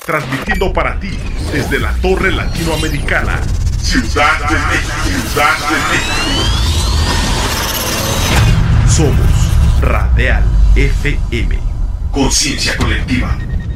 transmitiendo para ti desde la Torre Latinoamericana, Ciudad de México. Somos Radial FM, conciencia colectiva.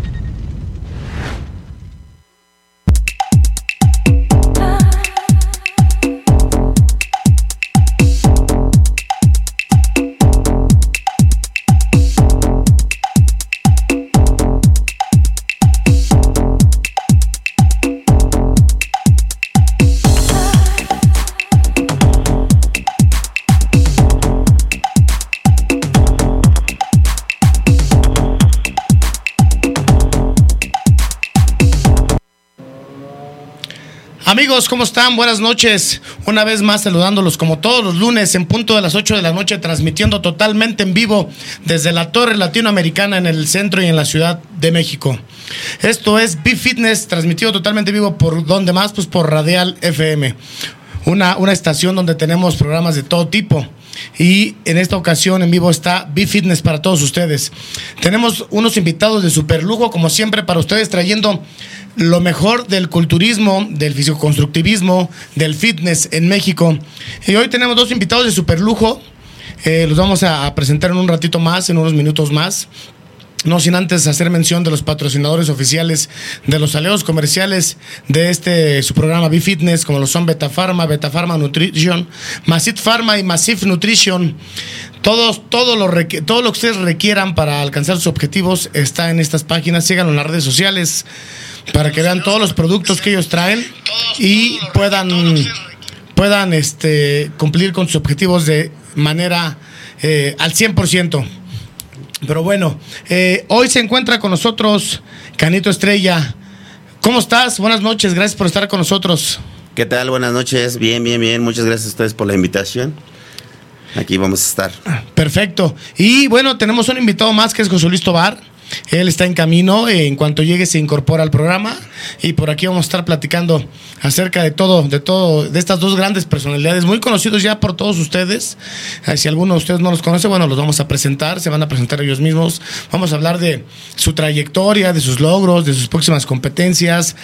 Amigos, ¿cómo están? Buenas noches. Una vez más saludándolos como todos los lunes en punto de las 8 de la noche, transmitiendo totalmente en vivo desde la Torre Latinoamericana en el centro y en la Ciudad de México. Esto es B-Fitness, transmitido totalmente en vivo por ¿dónde más? Pues por Radial FM, una estación donde tenemos programas de todo tipo. Y en esta ocasión en vivo está B-Fitness para todos ustedes. Tenemos unos invitados de super lujo, como siempre, para ustedes, trayendo lo mejor del culturismo, del fisicoconstructivismo, del fitness en México. Y hoy tenemos dos invitados de super lujo. Los vamos a presentar en un ratito más, en unos minutos más. No sin antes hacer mención de los patrocinadores oficiales de los aliados comerciales de su programa B-Fitness, como lo son Beta Pharma Nutrition, Massive Pharma y Massive Nutrition. Todo lo que ustedes requieran para alcanzar sus objetivos está en estas páginas. Síganlo en las redes sociales para que vean todos los productos que ellos traen y puedan cumplir con sus objetivos de manera al 100%. Pero bueno, hoy se encuentra con nosotros Canito Estrella. ¿Cómo estás? Buenas noches, gracias por estar con nosotros. ¿Qué tal? Buenas noches, bien. Muchas gracias a ustedes por la invitación. Aquí vamos a estar. Perfecto. Y bueno, tenemos un invitado más que es José Luis Tobar. Él está en camino, en cuanto llegue se incorpora al programa y por aquí vamos a estar platicando acerca de estas dos grandes personalidades muy conocidos ya por todos ustedes. Si alguno de ustedes no los conoce, bueno, los vamos a presentar, se van a presentar ellos mismos. Vamos a hablar de su trayectoria, de sus logros, de sus próximas competencias,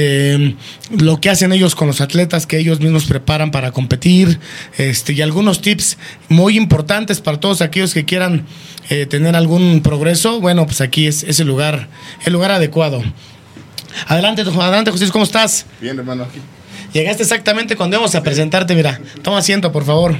lo que hacen ellos con los atletas que ellos mismos preparan para competir, y algunos tips muy importantes para todos aquellos que quieran tener algún progreso. Bueno, pues aquí es el lugar adecuado. Adelante, José, ¿cómo estás? Bien, hermano, aquí. Llegaste exactamente cuando íbamos a presentarte, mira. Toma asiento, por favor.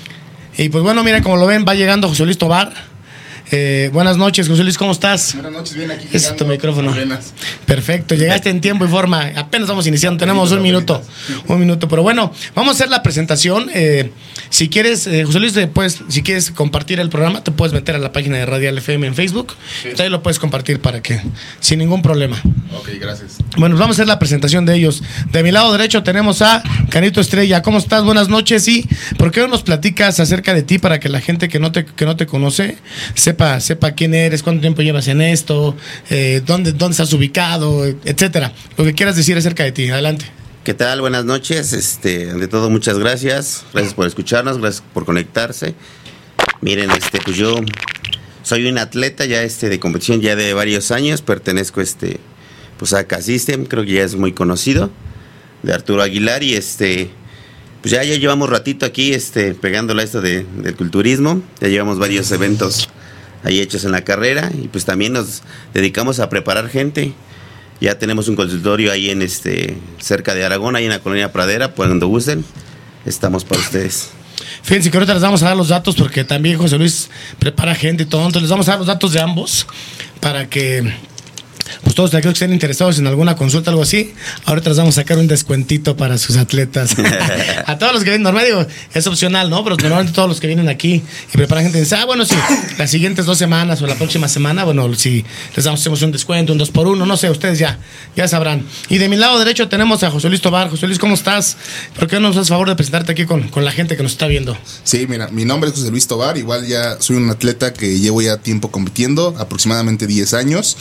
Y pues bueno, mira, como lo ven, va llegando José Luis Tobar. Buenas noches, José Luis, ¿cómo estás? Buenas noches, bien aquí. Ese es tu micrófono. Apenas. Perfecto, llegaste en tiempo y forma. Apenas vamos iniciando, tenemos un minuto. Pero bueno, vamos a hacer la presentación. Si quieres, José Luis, si quieres compartir el programa, te puedes meter a la página de Radial FM en Facebook. Sí. Ahí lo puedes compartir para que, sin ningún problema. Ok, gracias. Bueno, vamos a hacer la presentación de ellos. De mi lado derecho tenemos a Canito Estrella. ¿Cómo estás? Buenas noches. Y ¿por qué no nos platicas acerca de ti para que la gente que no te conoce sepa quién eres, cuánto tiempo llevas en esto, dónde estás ubicado, etcétera? Lo que quieras decir acerca de ti. Adelante. ¿Qué tal? Buenas noches. Ante todo, muchas gracias. Gracias por escucharnos, gracias por conectarse. Miren, pues yo soy un atleta ya de competición ya de varios años. Pertenezco pues a K-System, creo que ya es muy conocido, de Arturo Aguilar, y pues ya llevamos ratito aquí pegándole a esto del culturismo. Ya llevamos varios eventos ahí hechos en la carrera y pues también nos dedicamos a preparar gente. Ya tenemos un consultorio ahí cerca de Aragón, ahí en la colonia Pradera, cuando gusten, estamos para ustedes. Fíjense que ahorita les vamos a dar los datos porque también José Luis prepara gente y todo, entonces les vamos a dar los datos de ambos para que pues todos aquellos que estén interesados en alguna consulta, algo así, ahorita les vamos a sacar un descuentito para sus atletas. A todos los que vienen, normal, digo, es opcional, ¿no? Pero normalmente todos los que vienen aquí y preparan gente dicen, bueno, sí, las siguientes 2 semanas o la próxima semana, bueno, si les hacemos un descuento, un 2x1, no sé, ustedes ya sabrán. Y de mi lado derecho tenemos a José Luis Tobar. José Luis, ¿cómo estás? ¿Por qué no nos haces favor de presentarte aquí con la gente que nos está viendo? Sí, mira, mi nombre es José Luis Tobar, igual ya soy un atleta que llevo ya tiempo compitiendo, aproximadamente 10 años.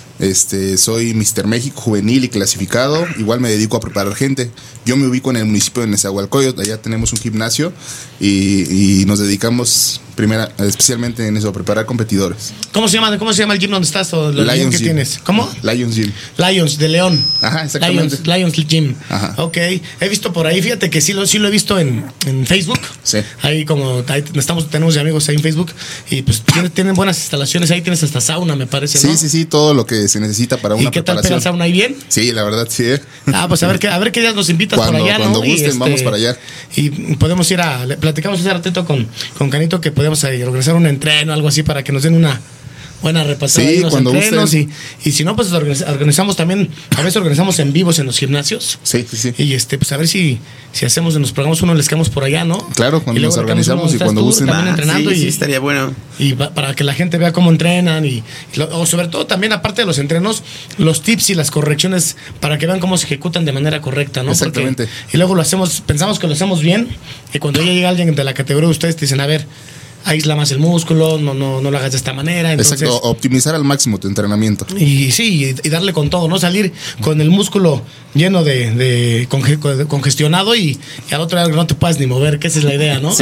Soy Mr. México juvenil y clasificado. Igual me dedico a preparar gente. Yo me ubico en el municipio de Nezahualcóyotl. Allá tenemos un gimnasio y nos dedicamos especialmente en eso, preparar competidores. ¿Cómo se llama el gym donde estás o el gym que tienes? ¿Cómo? Lions Gym. Lions, de León. Ajá, exactamente. Lions Gym. Ajá. Ok. He visto por ahí, fíjate que sí lo he visto en Facebook. Sí. Ahí tenemos amigos ahí en Facebook y pues tienen buenas instalaciones. Ahí tienes hasta sauna, me parece, ¿no? Sí, todo lo que se necesita para una ¿Y qué tal pega el sauna ahí bien? Sí, la verdad, sí. Pues a ver qué días nos invitas por allá, ¿no? Cuando gusten, vamos para allá. Y podemos ir platicamos hace ratito con Canito que podemos organizar un entreno, algo así, para que nos den una buena repasada de los entrenos. Y si no, pues organizamos también, a veces organizamos en vivos en los gimnasios. Sí. Y pues a ver si hacemos, nos programamos uno, les quedamos por allá, ¿no? Claro, cuando nos organizamos y cuando gusten. También entrenando sí, estaría bueno. Y para que la gente vea cómo entrenan o sobre todo también, aparte de los entrenos, los tips y las correcciones para que vean cómo se ejecutan de manera correcta, ¿no? Exactamente. Y luego pensamos que lo hacemos bien, y cuando ya llega alguien de la categoría de ustedes te dicen, a ver, aísla más el músculo, no lo hagas de esta manera. Entonces, exacto, optimizar al máximo tu entrenamiento. Y sí, y darle con todo, ¿no? Salir con el músculo lleno de congestionado y al otro lado no te puedes ni mover, que esa es la idea, ¿no?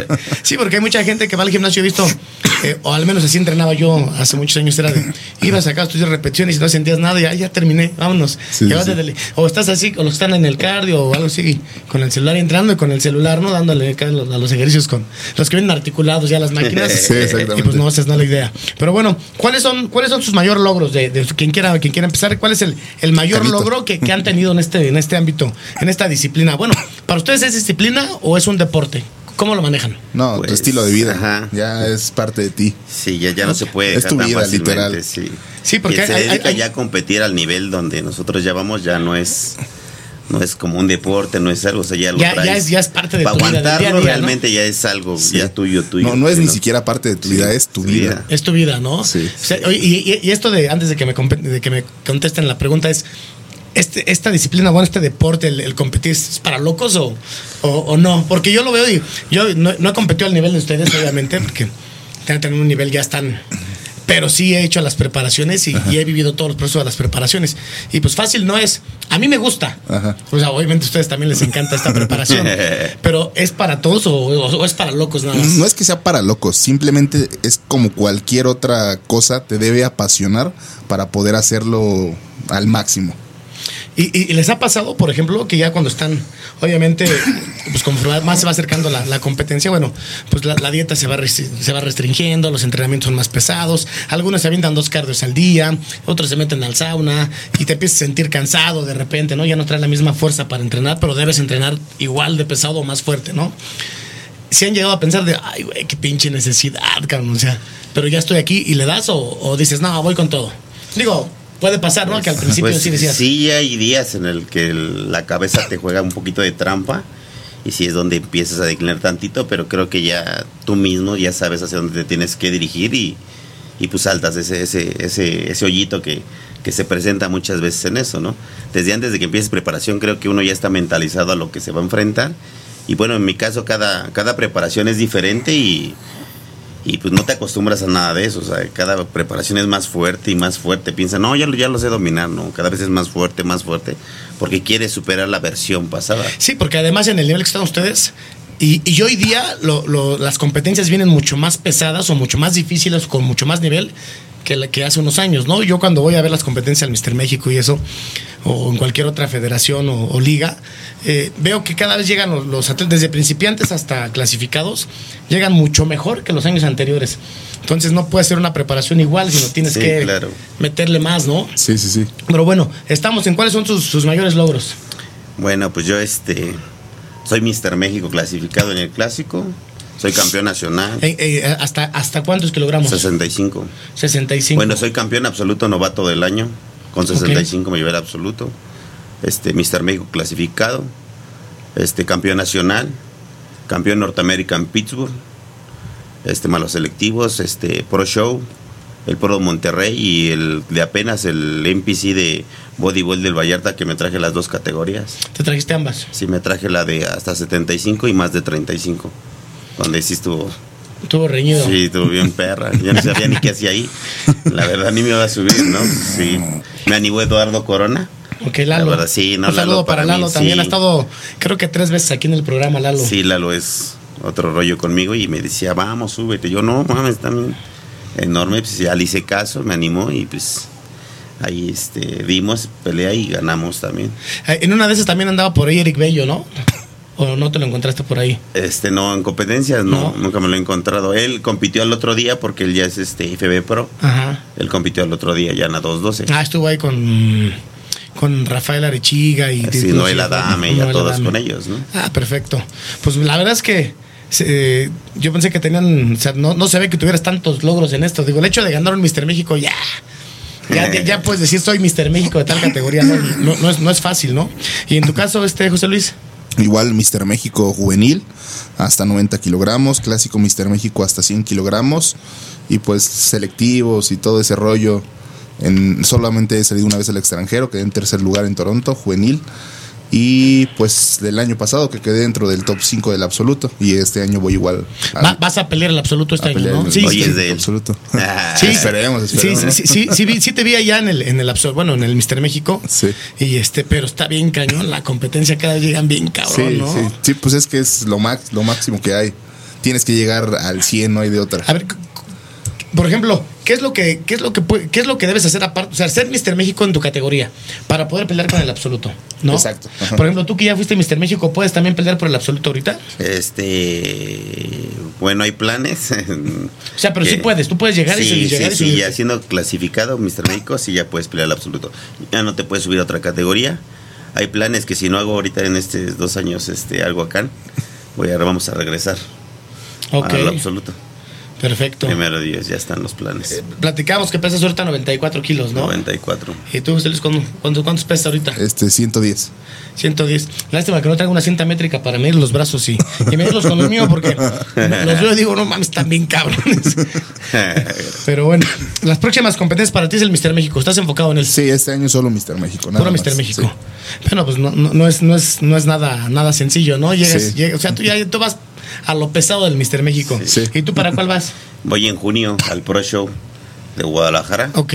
Sí, porque hay mucha gente que va al gimnasio, he visto, o al menos así entrenaba yo hace muchos años, era ibas a sacar tus 10 repeticiones y no sentías nada, y ya terminé, vámonos. Sí. O estás así, o los que están en el cardio o algo así, con el celular entrando y con el celular, ¿no? Dándole a los ejercicios con los que vienen articulados ya las máquinas. Sí, exactamente. Y pues no, esa es no la idea. Pero bueno, ¿cuáles son sus mayores logros de quien quiera empezar? ¿Cuál es el mayor Canito. logro que han tenido en este ámbito, en esta disciplina? Bueno, ¿para ustedes es disciplina o es un deporte? ¿Cómo lo manejan? No, Pues, tu estilo de vida. ajá. Ya es parte de ti. Sí, ya no se puede Es dejar tu tan vida, fácilmente, literal. Sí, porque Quien se dedica hay- ya a competir al nivel donde nosotros ya vamos, ya no es como un deporte, no es algo, o sea, ya lo traes. ya es parte de Para tu vida, del día a aguantarlo día, ¿no? realmente ya es algo Sí. ya tuyo. No es que ni siquiera parte de tu vida, es tu vida. Es tu vida, ¿no? Sí. O sea, y esto antes de que me contesten la pregunta es, esta disciplina, bueno, este deporte, el competir, ¿es para locos o no? Porque yo lo veo y yo no he competido al nivel de ustedes, obviamente, porque tengo que tener un nivel ya tan... Pero sí he hecho las preparaciones y he vivido todos los procesos de las preparaciones. Y pues fácil no es. A mí me gusta. Ajá. O sea, obviamente a ustedes también les encanta esta preparación. Pero ¿es para todos o es para locos nada más? No es que sea para locos, simplemente es como cualquier otra cosa, te debe apasionar para poder hacerlo al máximo. ¿Y les ha pasado, por ejemplo, que ya cuando están, obviamente, pues conforme más se va acercando la competencia, bueno, pues la dieta se va restringiendo, los entrenamientos son más pesados, algunos se avientan 2 cardios al día, otros se meten al sauna y te empiezas a sentir cansado de repente, ¿no? Ya no traes la misma fuerza para entrenar, pero debes entrenar igual de pesado o más fuerte, ¿no? Si han llegado a pensar ay, güey, qué pinche necesidad, cabrón, o sea, pero ya estoy aquí y le das o dices, no, voy con todo. Digo, puede pasar, ¿no? Que al principio Pues, sí decías. sí, hay días en el que la cabeza te juega un poquito de trampa y sí es donde empiezas a declinar tantito, pero creo que ya tú mismo ya sabes hacia dónde te tienes que dirigir y pues saltas ese hoyito que se presenta muchas veces en eso, ¿no? Desde antes de que empieces preparación creo que uno ya está mentalizado a lo que se va a enfrentar y bueno, en mi caso cada preparación es diferente y pues no te acostumbras a nada de eso, o sea, cada preparación es más fuerte y más fuerte. Piensa, no, ya lo sé dominar, no, cada vez es más fuerte, porque quieres superar la versión pasada. Sí, porque además en el nivel que están ustedes, y hoy día las competencias vienen mucho más pesadas o mucho más difíciles, con mucho más nivel que hace unos años, ¿no? Yo cuando voy a ver las competencias al Mr. México y eso, o en cualquier otra federación o liga, veo que cada vez llegan los atletas, desde principiantes hasta clasificados, llegan mucho mejor que los años anteriores. Entonces no puede ser una preparación igual, sino tienes que claro, meterle más, ¿no? Sí. Pero bueno, estamos en ¿cuáles son sus mayores logros? Bueno, pues yo soy Mr. México clasificado en el clásico, soy campeón nacional. ¿Hasta cuántos kilogramos? 65. 65. Bueno, soy campeón absoluto novato del año, con 65 me llevé el absoluto. Mr. México clasificado, campeón nacional, campeón Norteamérica en Pittsburgh, malos selectivos, Pro Show, el Pro Monterrey y el de apenas el NPC de Bodybuild del Vallarta, que me traje las 2 categorías. ¿Te trajiste ambas? Sí, me traje la de hasta 75 y más de 35, donde sí estuvo reñido. Sí, estuvo bien perra. Yo no sabía ni qué hacía ahí. La verdad, ni me iba a subir, ¿no? Sí. Me animó Eduardo Corona. Ok, Lalo. La verdad, sí, no, un saludo Lalo para Lalo. mí, También sí. ha estado, creo que 3 veces aquí en el programa, Lalo. Sí, Lalo es otro rollo conmigo y me decía, vamos, súbete. Yo, no mames, están enorme. Pues ya le hice caso, me animó y pues ahí dimos pelea y ganamos también. En una de esas también andaba por ahí Eric Bello, ¿no? ¿O no te lo encontraste por ahí? No, en competencias no, nunca me lo he encontrado. Él compitió al otro día porque él ya es IFB Pro. Ajá. Él compitió al otro día ya en la 212. Estuvo ahí con Rafael Arechiga y sí, Noel Adame y a todos con ellos, ¿no? Perfecto. Pues la verdad es que yo pensé que tenían, o sea, no se ve que tuvieras tantos logros en esto. Digo, el hecho de ganar un Mr. México ya puedes decir soy Mr. México de tal categoría, no es fácil, ¿no? Y en tu caso, José Luis. Igual Mr. México juvenil hasta 90 kilogramos, clásico Mr. México hasta 100 kilogramos y pues selectivos y todo ese rollo. Solamente he salido una vez al extranjero, quedé en tercer lugar en Toronto, juvenil. Y pues del año pasado que quedé dentro del top 5 del absoluto. Y este año voy igual. Vas a pelear el absoluto este año, ¿no? Sí, es del absoluto. Sí, esperemos. Sí, te vi allá en el absoluto, bueno, en el Mr. México. Sí. Y pero está bien cañón, la competencia cada vez llegan bien cabrón, sí, ¿no? Sí, pues es que es lo máximo que hay. Tienes que llegar al 100, no hay de otra. A ver, por ejemplo, ¿qué es lo que debes hacer aparte? O sea, ser Mr. México en tu categoría para poder pelear con el absoluto, ¿no? Exacto. Ajá. Por ejemplo, tú que ya fuiste Mr. México, ¿puedes también pelear por el absoluto ahorita? Bueno, hay planes. O sea, pero sí puedes, tú puedes llegar y llegar. Sí, ya siendo clasificado Mr. México, sí ya puedes pelear el absoluto. Ya no te puedes subir a otra categoría. Hay planes que si no hago ahorita en estos 2 años algo acá, vamos a regresar al absoluto. Perfecto. Primero Dios, ya están los planes. Platicamos que pesas ahorita 94 kilos, ¿no? 94. ¿Y tú, José Luis, cuántos pesas ahorita? 110. 110. Lástima que no traigo una cinta métrica para medir los brazos y medirlos con el mío porque los veo y digo, no mames, están bien cabrones. Pero bueno, las próximas competencias para ti es el Mr. México. ¿Estás enfocado en él? Sí, este año solo Mr. México. Puro Mr. México. Sí. Bueno, pues no es nada sencillo, ¿no? Llegas, o sea, tú vas a lo pesado del Mr. México. Sí. ¿Y tú para cuál vas? Voy en junio al Pro Show de Guadalajara. Ok.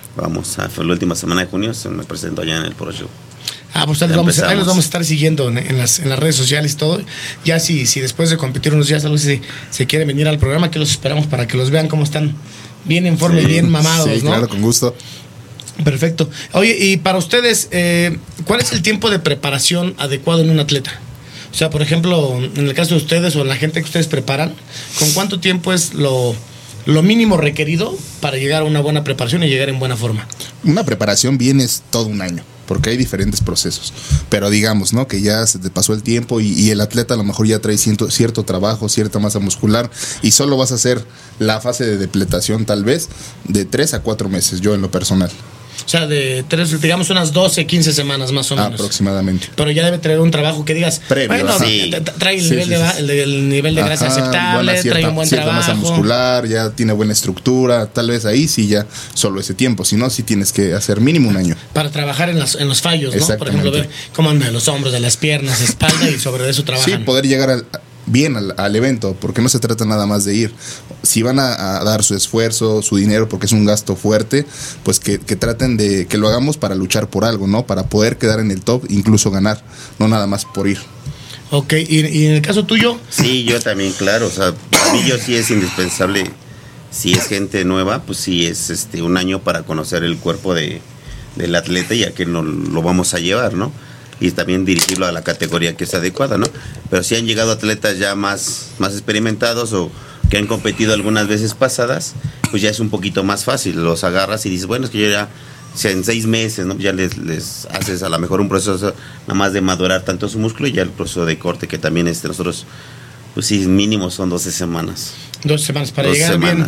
Fue la última semana de junio, me presento allá en el Pro Show. Pues ahí los vamos a estar siguiendo en las redes sociales y todo. Ya si después de competir unos días se quiere venir al programa, aquí los esperamos para que los vean cómo están bien en forma y bien mamados, sí, ¿no? Claro, con gusto. Perfecto. Oye, y para ustedes, ¿cuál es el tiempo de preparación adecuado en un atleta? O sea, por ejemplo, en el caso de ustedes o en la gente que ustedes preparan, ¿con cuánto tiempo es lo mínimo requerido para llegar a una buena preparación y llegar en buena forma? Una preparación bien es todo un año, porque hay diferentes procesos. Pero digamos, ¿no? Que ya se te pasó el tiempo y el atleta a lo mejor ya trae cierto trabajo, cierta masa muscular y solo vas a hacer la fase de depletación tal vez de 3 a 4 meses, yo en lo personal. O sea, digamos unas 12, 15 semanas más o menos. Aproximadamente. Pero ya debe traer un trabajo que digas, previo, bueno, trae el nivel de grasa aceptable, trae un buen trabajo. Masa muscular, ya tiene buena estructura, tal vez ahí sí ya solo ese tiempo, si no, sí tienes que hacer mínimo un año. Para trabajar en los fallos, ¿no? Por ejemplo, ver cómo anda de los hombros, de las piernas, espalda y sobre eso trabajan. Sí, poder llegar bien al evento, porque no se trata nada más de ir. Si van a dar su esfuerzo, su dinero, porque es un gasto fuerte, pues que traten de que lo hagamos para luchar por algo, ¿no? Para poder quedar en el top, incluso ganar, no nada más por ir. Ok, ¿y en el caso tuyo? Sí, yo también, claro, o sea, para mí sí es indispensable, si es gente nueva, pues sí es un año para conocer el cuerpo del atleta y a qué no lo vamos a llevar, ¿no? Y también dirigirlo a la categoría que es adecuada, ¿no? Pero si han llegado atletas ya más experimentados o que han competido algunas veces pasadas, pues ya es un poquito más fácil. Los agarras y dices, bueno, es que yo ya, en 6 meses, ¿no? Ya les haces a lo mejor un proceso nada más de madurar tanto su músculo y ya el proceso de corte que también nosotros, pues sí, mínimo son 12 semanas. 12 semanas para llegar bien.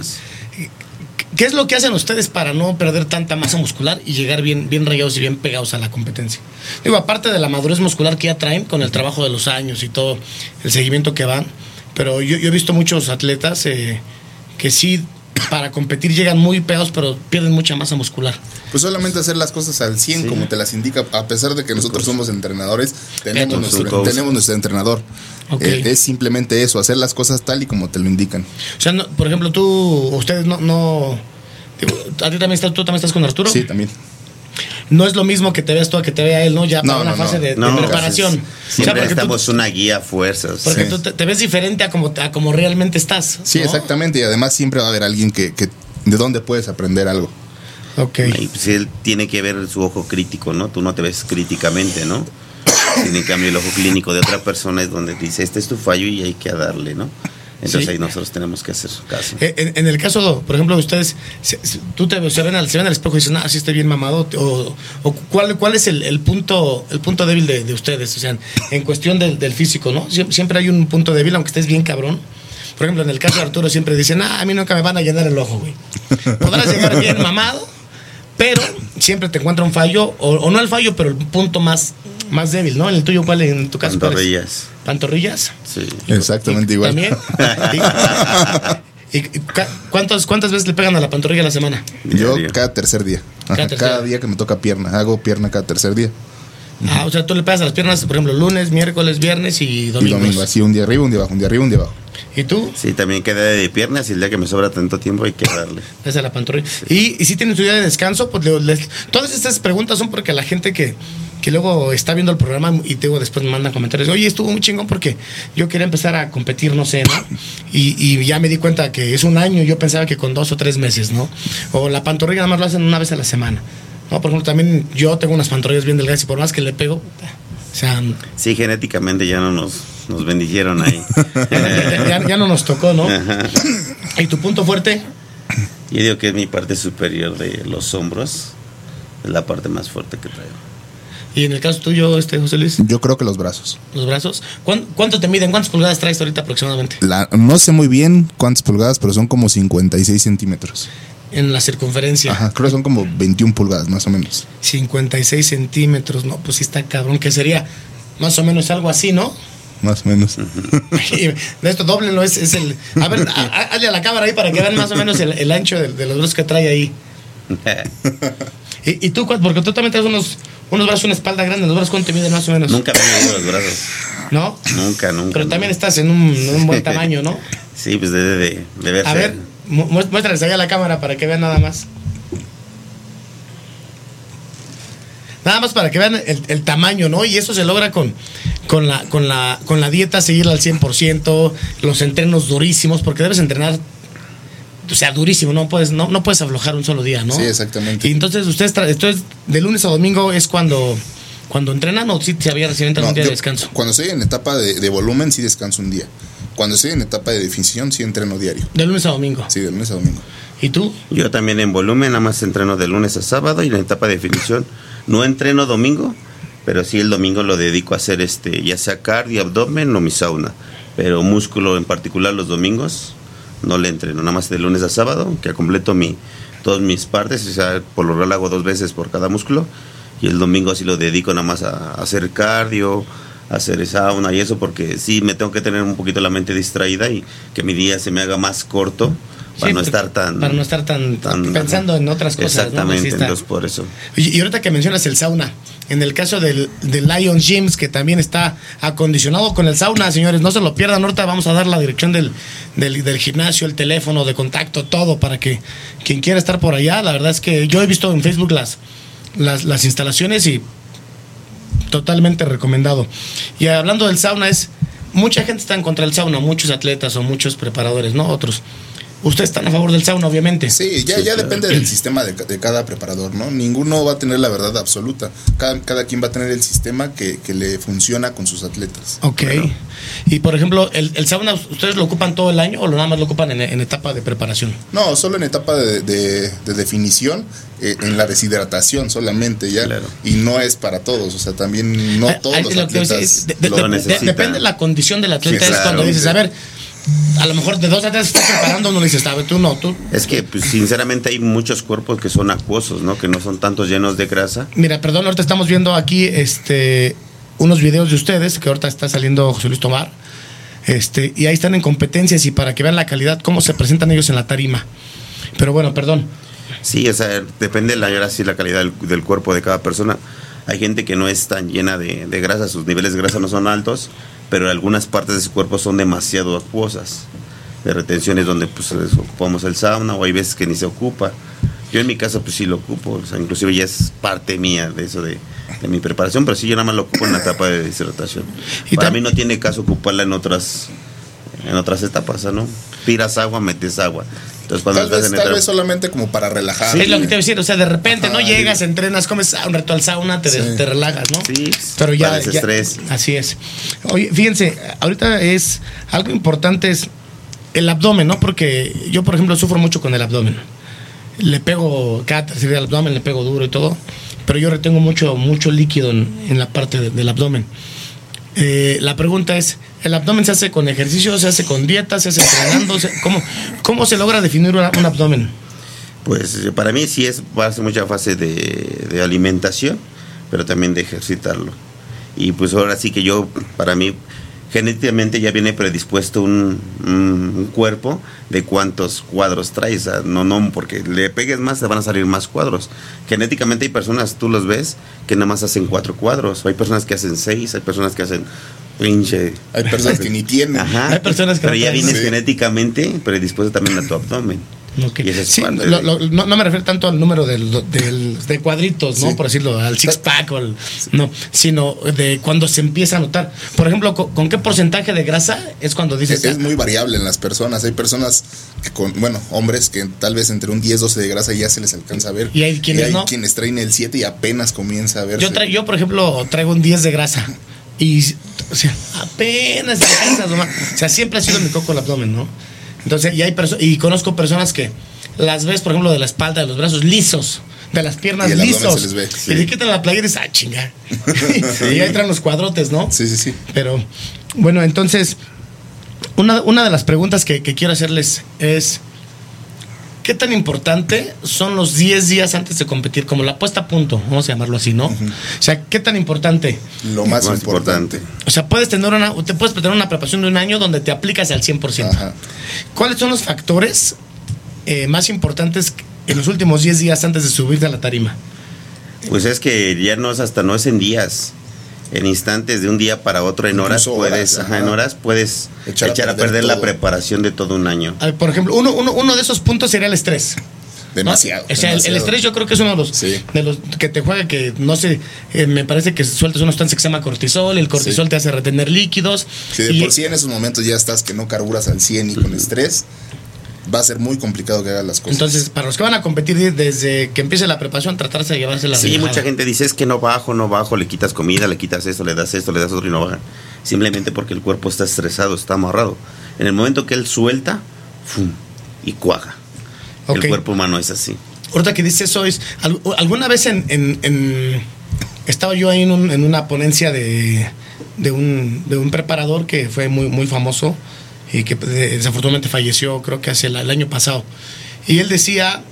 ¿Qué es lo que hacen ustedes para no perder tanta masa muscular y llegar bien rayados y bien pegados a la competencia? Digo, aparte de la madurez muscular que ya traen con el trabajo de los años y todo el seguimiento que van, pero yo he visto muchos atletas que sí, para competir llegan muy pegados, pero pierden mucha masa muscular. Pues solamente hacer las cosas al 100, sí, como te las indica, a pesar de que nosotros somos entrenadores, tenemos nuestro entrenador. Okay. Es simplemente eso, hacer las cosas tal y como te lo indican. O sea, no, por ejemplo, ustedes no digo, ¿tú también estás con Arturo? Sí, también. no es lo mismo que te veas tú a que te vea él, ¿no? Ya para una fase de preparación. Siempre necesitamos una guía a fuerzas. Porque tú te ves diferente a como realmente estás. Sí, ¿no? Exactamente. Y además siempre va a haber alguien que de dónde puedes aprender algo. Okay. Y pues él tiene que ver su ojo crítico, ¿no? Tú no te ves críticamente, ¿no? En cambio, el ojo clínico de otra persona es donde dice, este es tu fallo y hay que darle, ¿no? Entonces ahí nosotros tenemos que hacer caso. En el caso, por ejemplo, de ustedes, se ven al espejo y dicen, sí estoy bien mamado, o ¿cuál es el punto débil de ustedes? O sea, en cuestión del físico, ¿no? Siempre hay un punto débil, aunque estés bien cabrón. Por ejemplo, en el caso de Arturo siempre dicen, a mí nunca me van a llenar el ojo, güey. Podrás llegar bien mamado, pero siempre te encuentra un fallo, o no el fallo, pero el punto más débil, ¿no? En el tuyo, ¿cuál? En tu caso, pantorrillas. ¿Pantorrillas? Sí. Exactamente igual. ¿También? ¿Y cuántas veces le pegan a la pantorrilla a la semana? Yo cada tercer día. Cada día que me toca pierna. Hago pierna cada tercer día. O sea, tú le pegas a las piernas, por ejemplo, lunes, miércoles, viernes y domingo. Y domingo, así un día arriba, un día abajo, un día arriba, un día abajo. ¿Y tú? Sí, también queda de piernas y el día que me sobra tanto tiempo hay que darle. Esa es la pantorrilla. Sí. Y si tienen su día de descanso, pues todas estas preguntas son porque la gente que luego está viendo el programa y después me mandan comentarios, oye, estuvo muy chingón porque yo quería empezar a competir, no sé, ¿no? Y ya me di cuenta que es un año, yo pensaba que con 2 o 3 meses, ¿no? O la pantorrilla nada más lo hacen una vez a la semana, ¿no? Por ejemplo, también yo tengo unas pantorrillas bien delgadas y por más que le pego, o sea... Sí, genéticamente ya no nos bendijeron ahí. ya no nos tocó, ¿no? Ajá. ¿Y tu punto fuerte? Yo digo que es mi parte superior de los hombros, es la parte más fuerte que traigo. ¿Y en el caso tuyo, José Luis? Yo creo que los brazos. ¿Los brazos? ¿Cuánto te miden? ¿Cuántas pulgadas traes ahorita aproximadamente? No sé muy bien cuántas pulgadas, pero son como 56 centímetros. En la circunferencia. Ajá, creo que son como 21 pulgadas, más o menos. 56 centímetros, no, pues sí está cabrón, que sería más o menos algo así, ¿no? Más o menos. De esto doblenlo, es el... A ver, hazle a la cámara ahí para que vean más o menos el ancho de los brazos que trae ahí. ¿Y tú, porque tú también traes unos brazos, una espalda grande, los brazos, ¿cuánto te miden más o menos? Nunca me he medido los brazos. ¿No? Nunca. Pero también estás en un buen tamaño, ¿no? Sí, pues debe de verse. A ver, muéstrales ahí a la cámara para que vean nada más. Nada más para que vean el tamaño, ¿no? Y eso se logra con la dieta, seguir al 100%, los entrenos durísimos, porque debes entrenar, o sea, durísimo, no puedes aflojar un solo día, ¿no? Sí, exactamente. Y entonces ustedes de lunes a domingo es cuando entrenan, o si se había recién un día de descanso. Cuando estoy en etapa de volumen sí descanso un día. Cuando estoy en etapa de definición sí entreno diario. ¿De lunes a domingo? Sí, de lunes a domingo. ¿Y tú? Yo también en volumen, nada más entreno de lunes a sábado, y en etapa de definición no entreno domingo, pero sí el domingo lo dedico a hacer ya sea cardio, abdomen o mi sauna. Pero músculo en particular los domingos no le entreno, nada más de lunes a sábado, que completo todas mis partes, o sea, por lo general hago 2 veces por cada músculo, y el domingo sí lo dedico nada más a hacer cardio, a hacer sauna y eso, porque sí me tengo que tener un poquito la mente distraída y que mi día se me haga más corto. Para no estar tan pensando en otras cosas. Exactamente, ¿no? Entonces por eso. Y ahorita que mencionas el sauna, en el caso del Lion Gyms, que también está acondicionado con el sauna, señores, no se lo pierdan. Ahorita vamos a dar la dirección del gimnasio, el teléfono de contacto, todo, para que quien quiera estar por allá. La verdad es que yo he visto en Facebook las instalaciones y totalmente recomendado. Y hablando del sauna, mucha gente está en contra del sauna, muchos atletas o muchos preparadores, ¿no? Otros. Ustedes están a favor del sauna, obviamente. Sí, ya depende del sistema de cada preparador, ¿no? Ninguno va a tener la verdad absoluta. Cada quien va a tener el sistema que le funciona con sus atletas. Ok. Pero, y por ejemplo, ¿el sauna ustedes lo ocupan todo el año o nada más lo ocupan en etapa de preparación? No, solo en etapa de definición, en la deshidratación solamente ya. Claro. Y no es para todos, o sea, también no todos los atletas lo necesitan. Depende de la condición del atleta, sí, es cuando dices, a ver, a lo mejor de 2 atletas estás preparando, no le dices, tú no, tú. Es que, pues, sinceramente, hay muchos cuerpos que son acuosos, ¿no? Que no son tantos llenos de grasa. Mira, perdón, ahorita estamos viendo aquí unos videos de ustedes, que ahorita está saliendo José Luis Tomar, y ahí están en competencias, y para que vean la calidad, cómo se presentan ellos en la tarima. Pero bueno, perdón. Sí, o sea, depende la calidad del cuerpo de cada persona. Hay gente que no es tan llena de grasa, sus niveles de grasa no son altos, pero algunas partes de su cuerpo son demasiado acuosas. De retenciones donde pues ocupamos el sauna, o hay veces que ni se ocupa. Yo en mi caso pues sí lo ocupo, o sea, inclusive ya es parte mía de eso de mi preparación, pero sí yo nada más lo ocupo en la etapa de deshidratación. Y Para mí no tiene caso ocuparla en otras etapas, ¿no? Tiras agua, metes agua. Entonces cuando Tal vez solamente como para relajar. Sí, es lo que te iba a decir, o sea, de repente no llegas, entrenas, comes un rato al sauna, te relajas, ¿no? Sí, pero ya, para desestrés. Así es. Oye, fíjense, ahorita es algo importante es el abdomen, ¿no? Porque yo, por ejemplo, sufro mucho con el abdomen. Le pego cada tercer día al abdomen, le pego duro y todo, pero yo retengo mucho líquido en la parte del abdomen. La pregunta es, ¿el abdomen se hace con ejercicio, se hace con dieta, se hace entrenando? ¿Cómo se logra definir un abdomen? Pues para mí sí es mucha fase de alimentación, pero también de ejercitarlo. Y pues ahora sí que para mí, genéticamente ya viene predispuesto un cuerpo de cuántos cuadros traes. O sea, no, porque le pegues más, te van a salir más cuadros. Genéticamente hay personas, tú los ves, que nada más hacen 4 cuadros. Hay personas que hacen 6, hay personas que hacen pinche. Hay personas que ni tienen. Ajá. Hay personas que pero ya vienes sí. genéticamente predispuesto también a tu abdomen. Okay. Y esa es Sí, parte no me refiero tanto al número de cuadritos, ¿no? Sí. Por decirlo, al six-pack, no, sino de cuando se empieza a notar. Por ejemplo, ¿con qué porcentaje de grasa es cuando dices? Es muy variable en las personas. Hay personas que hombres que tal vez entre un 10-12 de grasa ya se les alcanza a ver. Y hay quienes no. Quienes traen el 7 y apenas comienza a verse. Yo, por ejemplo, traigo un 10 de grasa. Y, o sea, apenas se alcanza a tomar. O sea, siempre ha sido mi coco el abdomen, ¿no? Entonces, y conozco personas que las ves, por ejemplo, de la espalda, de los brazos lisos, de las piernas y el abdomen lisos. se les ve, sí. Y le quitan la playera y dices, chinga. Y ahí entran los cuadrotes, ¿no? Sí. Pero, bueno, entonces, una de las preguntas que quiero hacerles es, ¿qué tan importante son los 10 días antes de competir? Como la puesta a punto, vamos a llamarlo así, ¿no? O sea, ¿qué tan importante? Lo más importante. O sea, puedes tener una preparación de un año donde te aplicas al 100%. Ajá. ¿Cuáles son los factores más importantes en los últimos 10 días antes de subirte a la tarima? Pues es que ya no es en días, en instantes, de un día para otro, en horas puedes echar a perder la preparación de todo un año. A ver, por ejemplo, uno de esos puntos sería el estrés. Demasiado. ¿No? O sea, demasiado. el estrés yo creo que es uno de los que te juega, que no sé, me parece que sueltas una sustancia que se llama cortisol, y el cortisol te hace retener líquidos. Si de por sí en esos momentos ya estás que no carburas al 100 y con estrés, va a ser muy complicado que hagas las cosas. Entonces, para los que van a competir desde que empiece la preparación, tratarse de llevarse la Sí, relajada. mucha gente dice, es que no bajo, le quitas comida, le quitas esto, le das otro y no baja. Simplemente porque el cuerpo está estresado, está amarrado. En el momento que él suelta, ¡fum!, y cuaja. Okay. El cuerpo humano es así. Ahorita que dices eso, alguna vez estaba yo ahí en una ponencia de un preparador que fue muy, muy famoso y que desafortunadamente falleció, creo que hace el año pasado. Y él decía,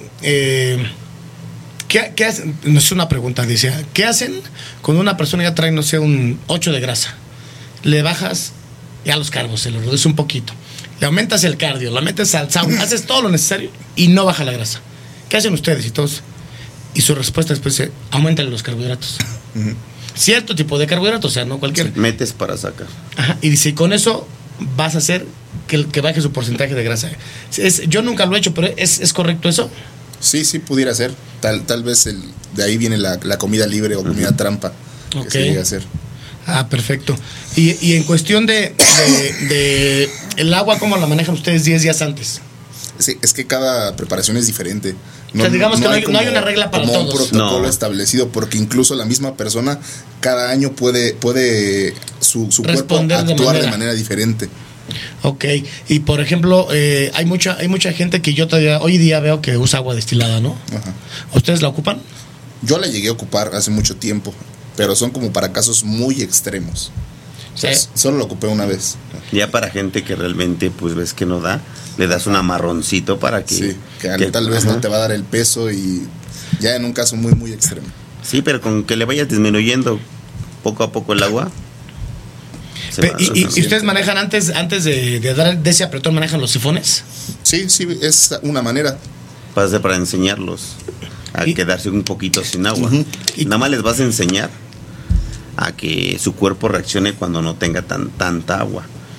¿qué hacen? No es una pregunta, decía, ¿qué hacen cuando una persona ya trae, no sé, un 8 de grasa? Le bajas ya los carbos, se lo reduce un poquito. Le aumentas el cardio, lo metes al sauna, haces todo lo necesario y no baja la grasa. ¿Qué hacen ustedes y todos? Y su respuesta después es, aumentan los carbohidratos. Cierto tipo de carbohidratos, o sea, no cualquier. Metes para sacar. Ajá, y dice, y con eso vas a hacer que baje su porcentaje de grasa. Yo nunca lo he hecho, pero ¿es correcto eso? Sí, pudiera ser. Tal vez de ahí viene la comida libre o comida trampa que se llega a hacer. Ah, perfecto. Y en cuestión de el agua, ¿cómo la manejan ustedes 10 días antes? Sí, es que cada preparación es diferente. No, o sea, digamos que no hay una regla para como todos. Un protocolo establecido, porque incluso la misma persona cada año puede su cuerpo actuar de manera diferente. Ok, y por ejemplo, hay mucha gente que yo todavía hoy día veo que usa agua destilada, ¿no? Ajá. ¿Ustedes la ocupan? Yo la llegué a ocupar hace mucho tiempo, pero son como para casos muy extremos. O sea, solo lo ocupé una vez. Ya para gente que realmente pues ves que no da, le das un amarroncito para que... Sí, que tal vez no te va a dar el peso, y ya en un caso muy, muy extremo. Sí, pero con que le vayas disminuyendo poco a poco el agua. ¿Y ustedes manejan antes de dar de ese apretón, manejan los sifones? Sí, es una manera. Para enseñarlos a quedarse un poquito sin agua. Y nada más les vas a enseñar a que su cuerpo reaccione cuando no tenga tanta agua.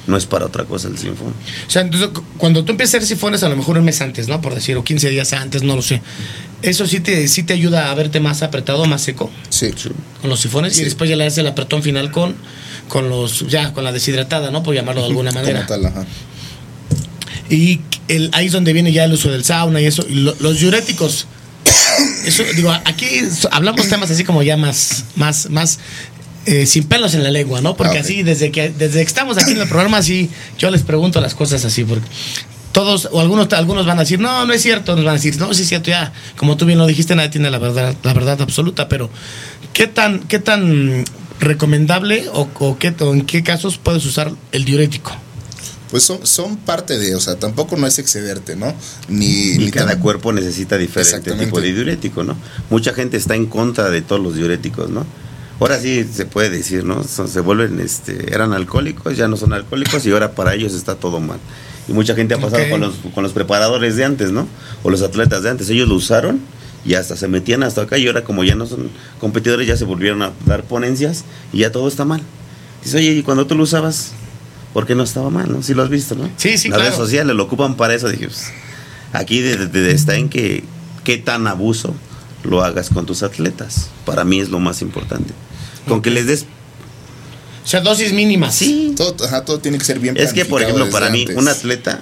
no es para otra cosa el sifón. O sea, entonces, cuando tú empiezas a hacer sifones, a lo mejor un mes antes, ¿no? Por decir, o 15 días antes, no lo sé. ¿Eso sí te ayuda a verte más apretado, más seco? Sí. Con los sifones, Sí. y después ya le das el apretón final con la deshidratada, ¿no? Por llamarlo de alguna manera. Como tal, ajá. Y ahí es donde viene ya el uso del sauna y eso. Y los diuréticos. Eso, digo, aquí hablamos temas así como ya más sin pelos en la lengua, ¿no? Porque Ok. así, desde que estamos aquí en el programa, así, yo les pregunto las cosas así, porque todos, o algunos van a decir, no es cierto, nos van a decir, no, sí es cierto, ya, como tú bien lo dijiste, nadie tiene la verdad absoluta, pero ¿qué tan recomendable o en qué casos puedes usar el diurético? Pues son parte de, o sea, tampoco no es excederte, ¿no? Ni Cada cuerpo necesita diferente Exactamente. tipo de diurético, ¿no? Mucha gente está en contra de todos los diuréticos, ¿no? Ahora sí se puede decir, ¿no? Se vuelven, eran alcohólicos, ya no son alcohólicos y ahora para ellos está todo mal. Y mucha gente ha pasado con los preparadores de antes, ¿no? O los atletas de antes, ellos lo usaron y hasta se metían hasta acá y ahora como ya no son competidores ya se volvieron a dar ponencias y ya todo está mal. Dices, oye, ¿y cuando tú lo usabas? ¿Por qué no estaba mal, no? Sí lo has visto, ¿no? Sí, Las claro. redes sociales lo ocupan para eso. Dije, pues, aquí está en que qué tan abuso lo hagas con tus atletas. Para mí es lo más importante. Con que les des... O sea, dosis mínimas. Sí. todo tiene que ser bien Es que, por ejemplo, planificado para mí, desde un antes. atleta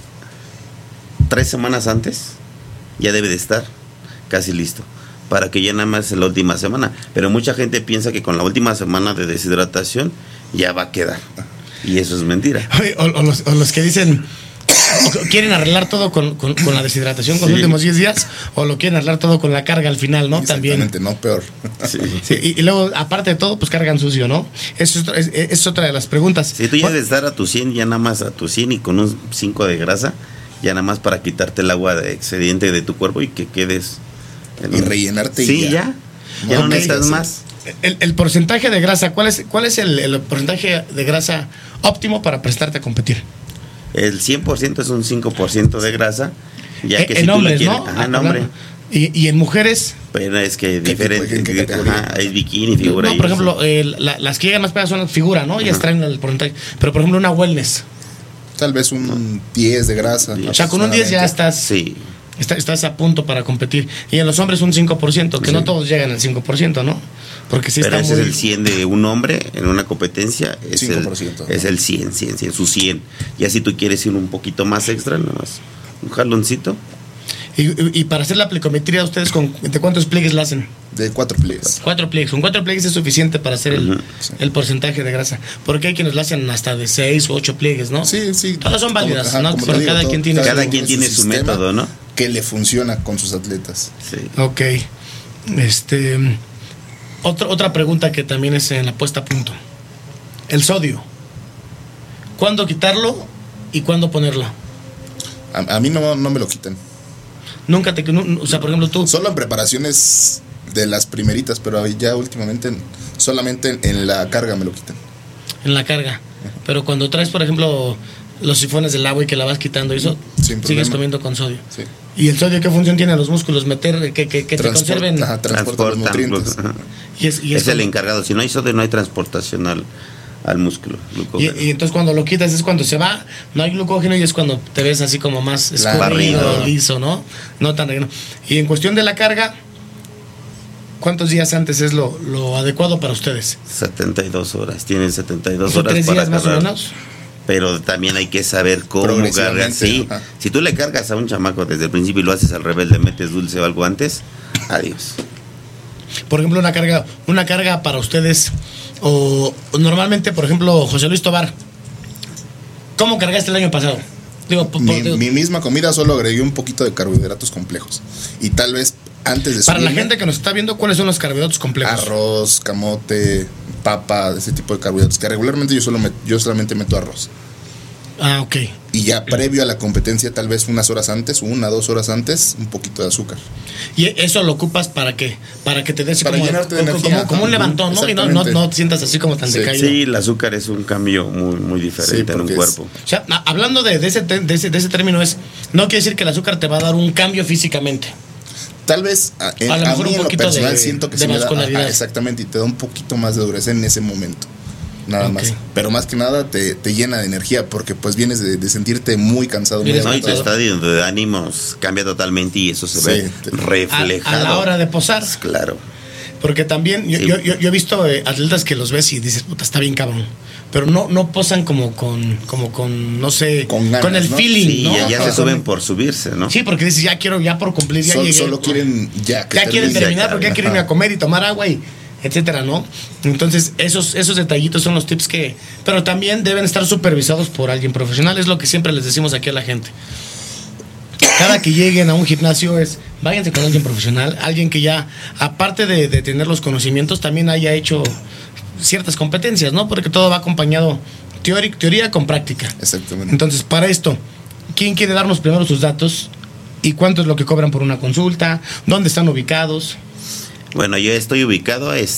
3 semanas antes ya debe de estar casi listo para que ya nada más en la última semana. Pero mucha gente piensa que con la última semana de deshidratación ya va a quedar. Y eso es mentira. Oye, o los que dicen, o quieren arreglar todo con la deshidratación con los Sí. últimos 10 días, o lo quieren arreglar todo con la carga al final, ¿no? También. Exactamente, no peor. Sí. Sí, y luego, aparte de todo, pues cargan sucio, ¿no? Eso es otra de las preguntas. Si tú ya debes estar a tu 100, ya nada más a tu 100 y con un 5 de grasa, ya nada más para quitarte el agua de excedente de tu cuerpo y que quedes... Y rellenarte y Sí, ya. ya no Ok. necesitas más. El porcentaje de grasa, ¿cuál es el porcentaje de grasa óptimo para prestarte a competir? El 100% es un 5% de grasa, ya que En si tú hombres, le quieres... ¿no? Ajá, en hombre. Y en mujeres, Pero es que ¿Qué diferente. tipo, en qué categoría? Ajá, hay bikini, figura. no, y por eso. ejemplo, las que llegan más pegadas son las figuras, ¿no? Ya Ajá. traen el porcentaje. Pero, por ejemplo, una wellness. Tal vez un 10 de grasa. O O sea, con un 10 ya aproximadamente. estás Sí. estás a punto para competir. Y en los hombres un 5%, que Sí. no todos llegan al 5%, ¿no? Porque sí Pero está ese muy... es el 100 de un hombre en una competencia. Es 5%, es el 100, su 100. Ya si tú quieres ir un poquito más extra, nada más un jaloncito. Y para hacer la plicometría, ¿ustedes de cuántos pliegues la hacen? De 4 pliegues. 4 pliegues. Con 4 pliegues es suficiente para hacer Ujú. el porcentaje de grasa. Porque hay quienes lo hacen hasta de 6 o 8 pliegues, ¿no? Sí, sí. Todas son válidas, Ajá, ¿no? como Pero te digo, cada quien tiene Cada quien tiene su sistema método, ¿no? Que le funciona con sus atletas. Sí. Ok. Otra pregunta que también es en la puesta a punto. El sodio. ¿Cuándo quitarlo y cuándo ponerlo? A mí no me lo quitan. Nunca o sea, por ejemplo, tú. Solo en preparaciones de las primeritas, pero ya últimamente solamente en la carga me lo quitan. En la carga. Pero cuando traes, por ejemplo, los sifones del agua y que la vas quitando, eso Sin sigues problema. comiendo con sodio. Sí. ¿Y el sodio qué función tiene a los músculos? Meter, que te conserven. Ajá, transporta los nutrientes. ajá. Y Es el cuando- encargado. Si no hay sodio, no hay transportación al músculo. glucógeno. y entonces cuando lo quitas es cuando se va, no hay glucógeno y es cuando te ves así como más escurrido, barrido. liso, ¿no? No tan relleno. Y en cuestión de la carga, ¿cuántos días antes es lo adecuado para ustedes? 72 horas. Tienen 72 ¿Son horas 3 para días más o cargar. menos? Pero también hay que saber cómo cargar. Progresivamente, Sí. ajá. Si tú le cargas a un chamaco desde el principio y lo haces al revés, le metes dulce o algo antes, adiós. Por ejemplo, una carga para ustedes, o normalmente, por ejemplo, José Luis Tobar, ¿cómo cargaste el año pasado? Digo, Mi misma comida solo agregué un poquito de carbohidratos complejos. Y tal vez antes de para la subirme, gente que nos está viendo, ¿cuáles son los carbohidratos complejos? arroz, camote, papa, ese tipo de carbohidratos. Que regularmente yo solamente meto arroz. Ah, ok. Y ya previo a la competencia, tal vez unas horas antes, 1 o 2 horas antes, un poquito de azúcar. ¿Y eso lo ocupas para qué? Para que te des Para como, llenarte de como, energía. como un levantón, ¿no? Y no te sientas así como tan Sí. decaído. Sí, el azúcar es un cambio muy diferente Sí, en un porque cuerpo. O sea, hablando de ese término, no quiere decir que el azúcar te va a dar un cambio físicamente. Tal vez A lo mejor mí un en lo poquito personal de- siento que de sí me da, vascularidad. exactamente, y te da un poquito más de dureza en ese momento. nada Ok. más. Pero más que nada te llena de energía porque pues vienes de sentirte muy cansado, muy Vienes No, y tu agotado. estado de ánimos cambia totalmente y eso se ve Sí. reflejado. A la hora de posar. Claro. Porque también Sí. yo he visto atletas que los ves y dices, puta, está bien cabrón. Pero no posan como con no sé, Con ganas, con el ¿no? feeling, Sí, ¿no? ya se Con- suben por subirse, ¿no? Sí, porque dices, ya por cumplir, ya llegué. Solo quieren ya que Ya quieren termine. terminar porque ya quieren ir a comer y tomar agua y etcétera, ¿no? Entonces, esos detallitos son los tips que... Pero también deben estar supervisados por alguien profesional, es lo que siempre les decimos aquí a la gente. Cada que lleguen a un gimnasio váyanse con alguien profesional, alguien que ya, aparte de tener los conocimientos, también haya hecho ciertas competencias, ¿no? Porque todo va acompañado teoría con práctica. Exactamente. Entonces, para esto, ¿quién quiere darnos primero sus datos? ¿Y cuánto es lo que cobran por una consulta? ¿Dónde están ubicados? Bueno, yo estoy ubicado en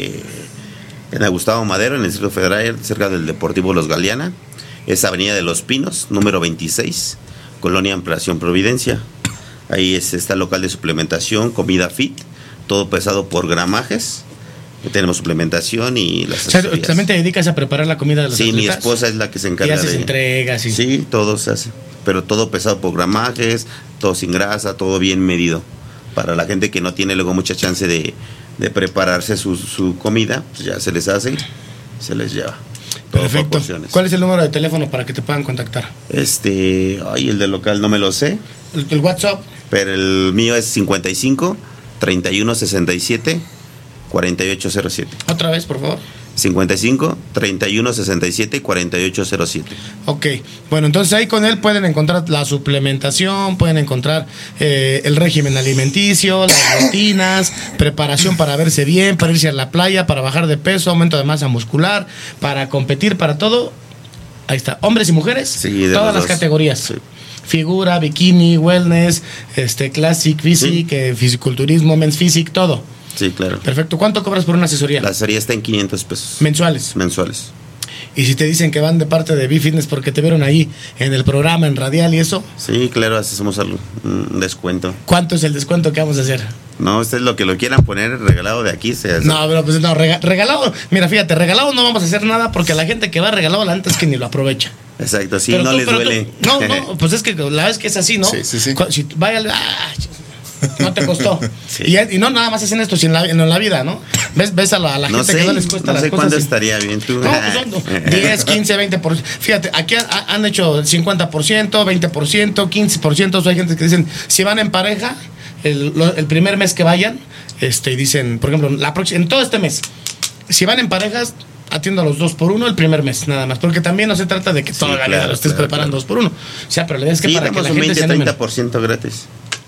la Gustavo Madero, en el Distrito Federal, cerca del Deportivo Los Galeana. Es Avenida de los Pinos, número 26, Colonia Ampliación Providencia. Ahí está el local de suplementación, comida fit, todo pesado por gramajes. Tenemos suplementación y las O sea, asesorías. ¿también te dedicas a preparar la comida de los Sí, mi atletas? esposa es la que se Y encarga haces de... entregas y... Sí, todo se hace. Pero todo pesado por gramajes, todo sin grasa, todo bien medido. Para la gente que no tiene luego mucha chance de prepararse su comida, pues ya se les hace y se les lleva. Todo por Perfecto. porciones. ¿Cuál es el número de teléfono para que te puedan contactar? El del local no me lo sé, El WhatsApp. pero el mío es 55 31 67 4807. Otra vez, por favor. 55 31 67 4807. Ok, bueno, entonces ahí con él pueden encontrar la suplementación, pueden encontrar el régimen alimenticio, las rutinas, preparación para verse bien, para irse a la playa, para bajar de peso, aumento de masa muscular, para competir, para todo. Ahí está, hombres y mujeres, Sí, de todas los las dos. categorías. Sí. Figura, bikini, wellness, classic, physique, fisiculturismo, men's physique, todo. Sí, claro. Perfecto, ¿cuánto cobras por una asesoría? La asesoría está en 500 pesos. Mensuales. Mensuales. Y si te dicen que van de parte de B-Fitness porque te vieron ahí en el programa, en Radial y eso, Sí, claro, hacemos un descuento. ¿cuánto es el descuento que vamos a hacer? No, ustedes lo que lo quieran poner regalado de aquí se hace. No, pero pues no, regalado. Mira, fíjate, regalado no vamos a hacer nada porque la gente que va regalado la neta es que ni lo aprovecha. Exacto, sí, Pero no tú- les pero tú- duele. no, pues es que la vez que es así, ¿no? Sí, sí, sí. Si vaya no te costó. Sí. Y no nada más hacen esto sino en la vida, ¿no? ¿Ves a la No gente sé, que no les cuesta no las sé cosas? cuándo y- estaría bien tú. No, pues son 10, 15, 20%. Fíjate, aquí han hecho 50%, 20%, 15%. O sea, hay gente que dicen, si van en pareja, el primer mes que vayan, y dicen, por ejemplo, en todo este mes, si van en parejas, atiendo a los 2 por 1 el primer mes, nada más. Porque también no se trata de que Sí, toda la vida claro, lo estés claro, preparando claro. 2 por 1. O sea, pero la idea es que Sí, para que damos la un gente se 20, anime. 30% gratis.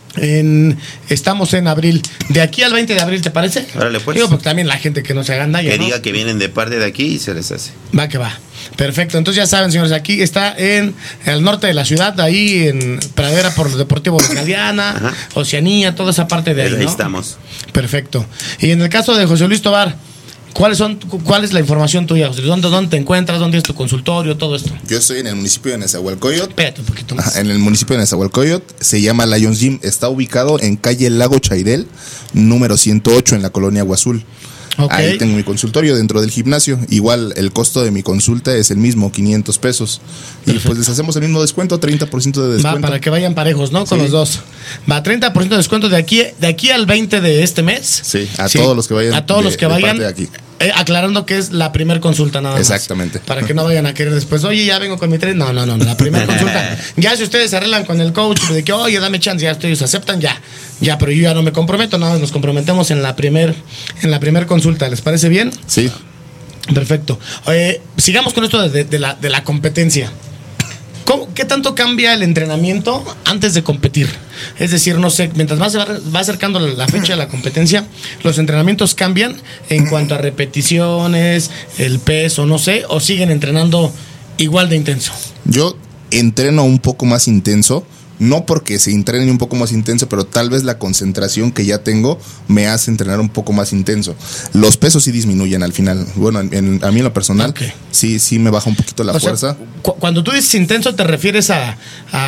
Estamos en abril. De aquí al 20 de abril, ¿te parece? Órale, pues. Digo, porque también la gente que no se haga daño, Que ¿no? diga que vienen de parte de aquí y se les hace. Va que va. Perfecto. Entonces ya saben, señores, aquí está en el norte de la ciudad, ahí en Pradera por el Deportivo de Galeana, Ajá. Oceanía, toda esa parte de ahí, Ahí ¿no? estamos. Perfecto. Y en el caso de José Luis Tobar, ¿cuál es la información tuya, José Luis? ¿Dónde te encuentras? ¿Dónde es tu consultorio? Todo esto. Yo estoy en el municipio de Nezahualcóyotl. Espérate un poquito más. Ajá, en el municipio de Nezahualcóyotl, se llama Lions Gym, está ubicado en calle Lago Chairel, número 108 en la colonia Aguazul. Ok. Ahí tengo mi consultorio dentro del gimnasio. Igual el costo de mi consulta es el mismo, 500 pesos. Y pues les hacemos el mismo descuento, 30% de descuento. Va, para que vayan parejos, ¿no? Con Sí. los dos. Va, 30% de descuento de aquí al 20 de este mes. Sí, a todos los que vayan A todos de- los que de vayan. parte de aquí. Aclarando que es la primer consulta nada más. Exactamente. Para que no vayan a querer después, oye, ya vengo con mi tren. No, la primera consulta. Ya si ustedes se arreglan con el coach de que, oye, dame chance, ya ustedes aceptan, ya, pero yo ya no me comprometo, nada más nos comprometemos en la primer consulta. ¿Les parece bien? Sí. Perfecto. Sigamos con esto de la competencia. ¿Qué tanto cambia el entrenamiento antes de competir? Es decir, no sé, mientras más se va acercando la fecha de la competencia, los entrenamientos cambian en cuanto a repeticiones, el peso, no sé, o siguen entrenando igual de intenso. Yo entreno un poco más intenso, no porque se entrene un poco más intenso, pero tal vez la concentración que ya tengo me hace entrenar un poco más intenso. Los pesos sí disminuyen al final. Bueno, a mí en lo personal, Ok. sí me baja un poquito la O sea, fuerza. cuando tú dices intenso, te refieres a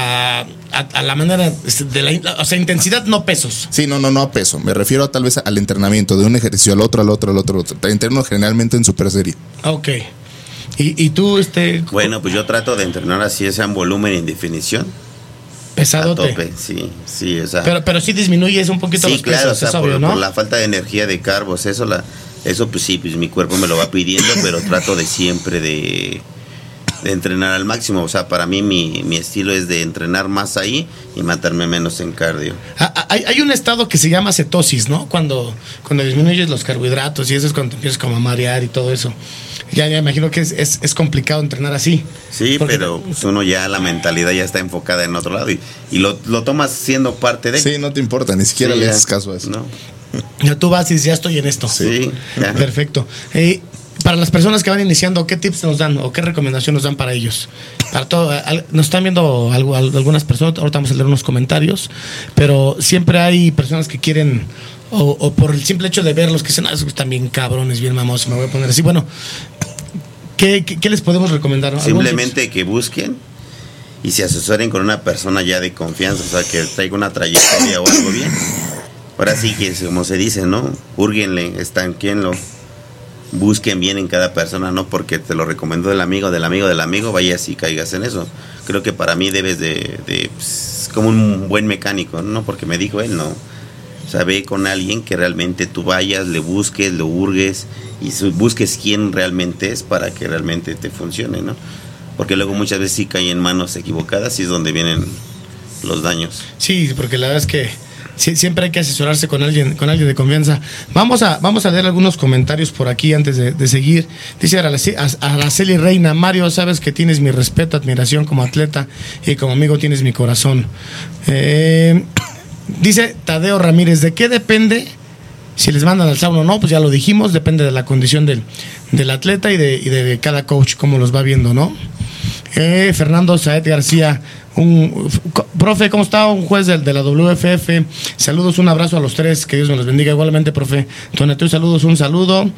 la manera de o sea, intensidad, no pesos. Sí, no a peso. Me refiero tal vez al entrenamiento de un ejercicio al otro. Entreno generalmente en super serie. Ok. Y tú, Bueno, pues yo trato de entrenar así, sea en volumen y en definición. Pesadote. A tope, sí, o sea. Pero sí disminuyes un poquito los claro, pesos, o sea, es obvio, ¿no? por la falta de energía de carbos, eso pues sí, pues mi cuerpo me lo va pidiendo, pero trato de siempre de entrenar al máximo. O sea, para mí mi estilo es de entrenar más ahí y matarme menos en cardio. Hay un estado que se llama cetosis, ¿no? Cuando disminuyes los carbohidratos y eso es cuando empiezas como a marear y todo eso. Ya imagino que es complicado entrenar así. Sí, pero pues uno ya, la mentalidad ya está enfocada en otro lado y lo tomas siendo parte de... Sí, no te importa, ni siquiera le haces caso a eso. No. Ya tú vas y dices, ya estoy en esto. Sí. Ya. Perfecto. Para las personas que van iniciando, ¿qué tips nos dan o qué recomendación nos dan para ellos? Para todo, nos están viendo algunas personas, ahorita vamos a leer unos comentarios, pero siempre hay personas que quieren, o por el simple hecho de verlos, que dicen, están bien cabrones, bien mamosos, me voy a poner así. Bueno, ¿qué les podemos recomendar? Simplemente que busquen y se asesoren con una persona ya de confianza, o sea, que traiga una trayectoria o algo bien. Ahora sí que, como se dice, ¿no? Húrguenle, estanquenlo. Busquen bien en cada persona, no porque te lo recomendó del amigo, vayas y caigas en eso. Creo que para mí debes de pues, como un buen mecánico, no porque me dijo él, no. O sea, ve con alguien que realmente tú vayas, le busques, lo hurgues y busques quién realmente es para que realmente te funcione, ¿no? Porque luego muchas veces sí cae en manos equivocadas y es donde vienen los daños. Sí, porque la verdad es que siempre hay que asesorarse con alguien de confianza. Vamos a leer algunos comentarios por aquí antes de seguir. Dice Araceli Reina: Mario, sabes que tienes mi respeto, admiración como atleta y como amigo tienes mi corazón. Dice Tadeo Ramírez: ¿de qué depende si les mandan al sauna o no? Pues ya lo dijimos, depende de la condición del atleta y de cada coach, cómo los va viendo, ¿no? Fernando Saed García: profe, ¿cómo está? Un juez de la WFF. Saludos, un abrazo a los tres, que Dios me los bendiga. Igualmente, profe Tonatiuh, saludos, un saludo.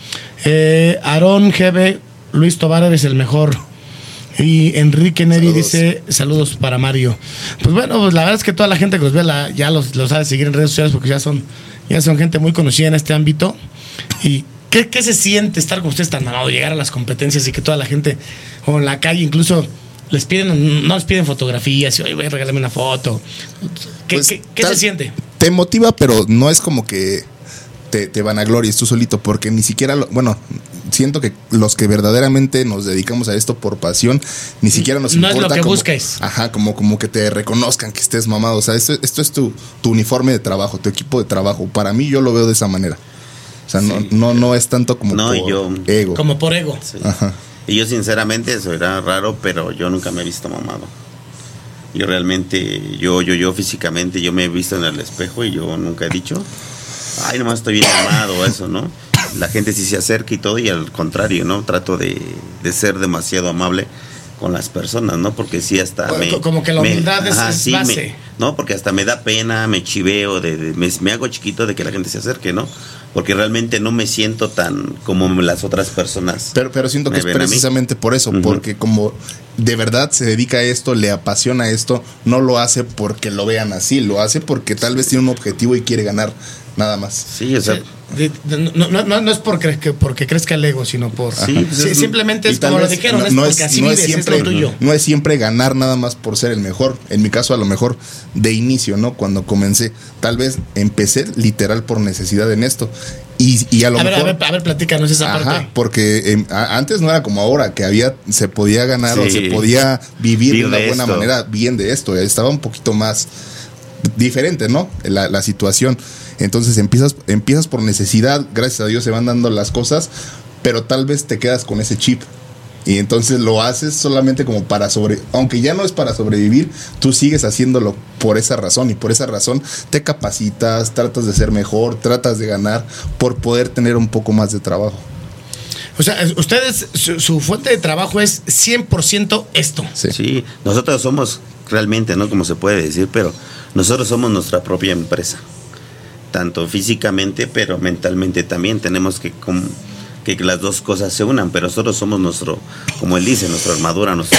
Aarón GB: Luis Tobar, eres el mejor. Y Enrique Neri dice: saludos para Mario. Pues bueno, pues la verdad es que toda la gente que los ve ya los sabe seguir en redes sociales, porque ya son gente muy conocida en este ámbito. Y ¿qué se siente estar con ustedes tan mamado, llegar a las competencias y que toda la gente, o en la calle incluso, no les piden fotografías y oye, regálame una foto? ¿Qué se siente? Te motiva, pero no es como que te vanaglories tú solito, porque ni siquiera, siento que los que verdaderamente nos dedicamos a esto por pasión, ni siquiera nos importa. No es lo que busques. Ajá, como que te reconozcan que estés mamado. O sea, esto es tu uniforme de trabajo, tu equipo de trabajo. Para mí, yo lo veo de esa manera. O sea, sí. no es tanto como por ego. Como por ego. Sí. Ajá. Y yo sinceramente, eso era raro, pero yo nunca me he visto mamado. Yo realmente, yo físicamente, yo me he visto en el espejo y yo nunca he dicho, ay, nomás estoy bien mamado o eso, ¿no? La gente sí se acerca y todo, y al contrario, ¿no? Trato de ser demasiado amable con las personas, ¿no? Porque sí hasta como que la humildad es base. No, porque hasta me da pena, me chiveo, me hago chiquito de que la gente se acerque, ¿no? Porque realmente no me siento tan como las otras personas. Pero siento que es precisamente por eso, porque como de verdad se dedica a esto, le apasiona esto, no lo hace porque lo vean así, lo hace porque tal vez tiene un objetivo y quiere ganar, nada más. Sí, o sea, no es porque crezca el ego, sino por simplemente es como lo dijeron, es porque así vives, es lo tuyo. No es siempre ganar nada más por ser el mejor. En mi caso, a lo mejor de inicio, ¿no? Cuando comencé, tal vez empecé literal por necesidad en esto. Y a lo mejor. A ver, platícanos esa parte. Porque antes no era como ahora, que se podía ganar o se podía vivir de una buena manera bien de esto. Estaba un poquito más diferente, ¿no? La situación. Entonces empiezas por necesidad, gracias a Dios se van dando las cosas, pero tal vez te quedas con ese chip. Y entonces lo haces solamente como aunque ya no es para sobrevivir, tú sigues haciéndolo por esa razón, y por esa razón te capacitas, tratas de ser mejor, tratas de ganar por poder tener un poco más de trabajo. O sea, ustedes, su fuente de trabajo es 100% esto. Sí, nosotros somos realmente, ¿no? Como se puede decir, pero nosotros somos nuestra propia empresa. Tanto físicamente, pero mentalmente también tenemos que las dos cosas se unan, pero nosotros somos como él dice, nuestra armadura, nuestro